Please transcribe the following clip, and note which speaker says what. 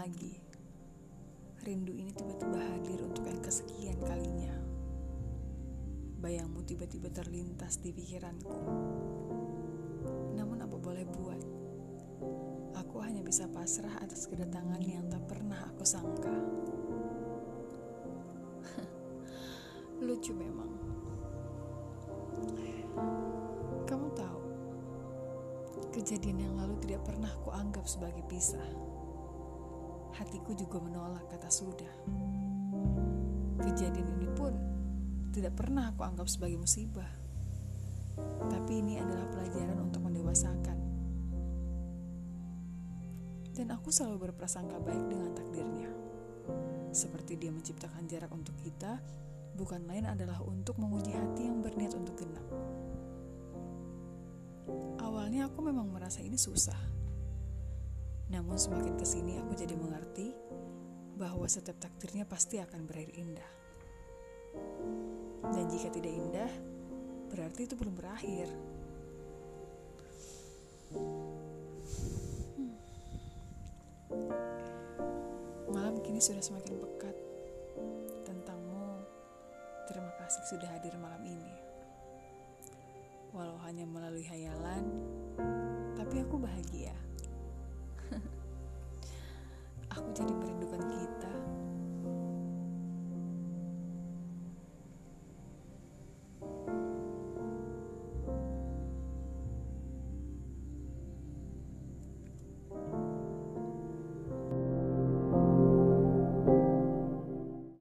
Speaker 1: lagi. Rindu ini tiba-tiba hadir untuk yang kesekian kalinya. Bayangmu tiba-tiba terlintas di pikiranku. Namun apa boleh buat, aku hanya bisa pasrah atas kedatangan yang tak pernah aku sangka. Lucu memang. Kamu tahu, kejadian yang lalu tidak pernah aku anggap sebagai pisah. Hatiku juga menolak kata sudah. Kejadian ini pun tidak pernah aku anggap sebagai musibah. Tapi ini adalah pelajaran untuk mendewasakan. Dan aku selalu berprasangka baik dengan takdirnya. Seperti dia menciptakan jarak untuk kita, bukan lain adalah untuk menguji hati yang berniat untuk genap. Awalnya aku memang merasa ini susah. Namun semakin kesini aku jadi mengerti bahwa setiap takdirnya pasti akan berakhir indah. Dan jika tidak indah, berarti itu belum berakhir. Malam kini sudah semakin pekat. Tentangmu, terima kasih sudah hadir malam ini. Walau hanya melalui hayalan, tapi aku bahagia. Aku jadi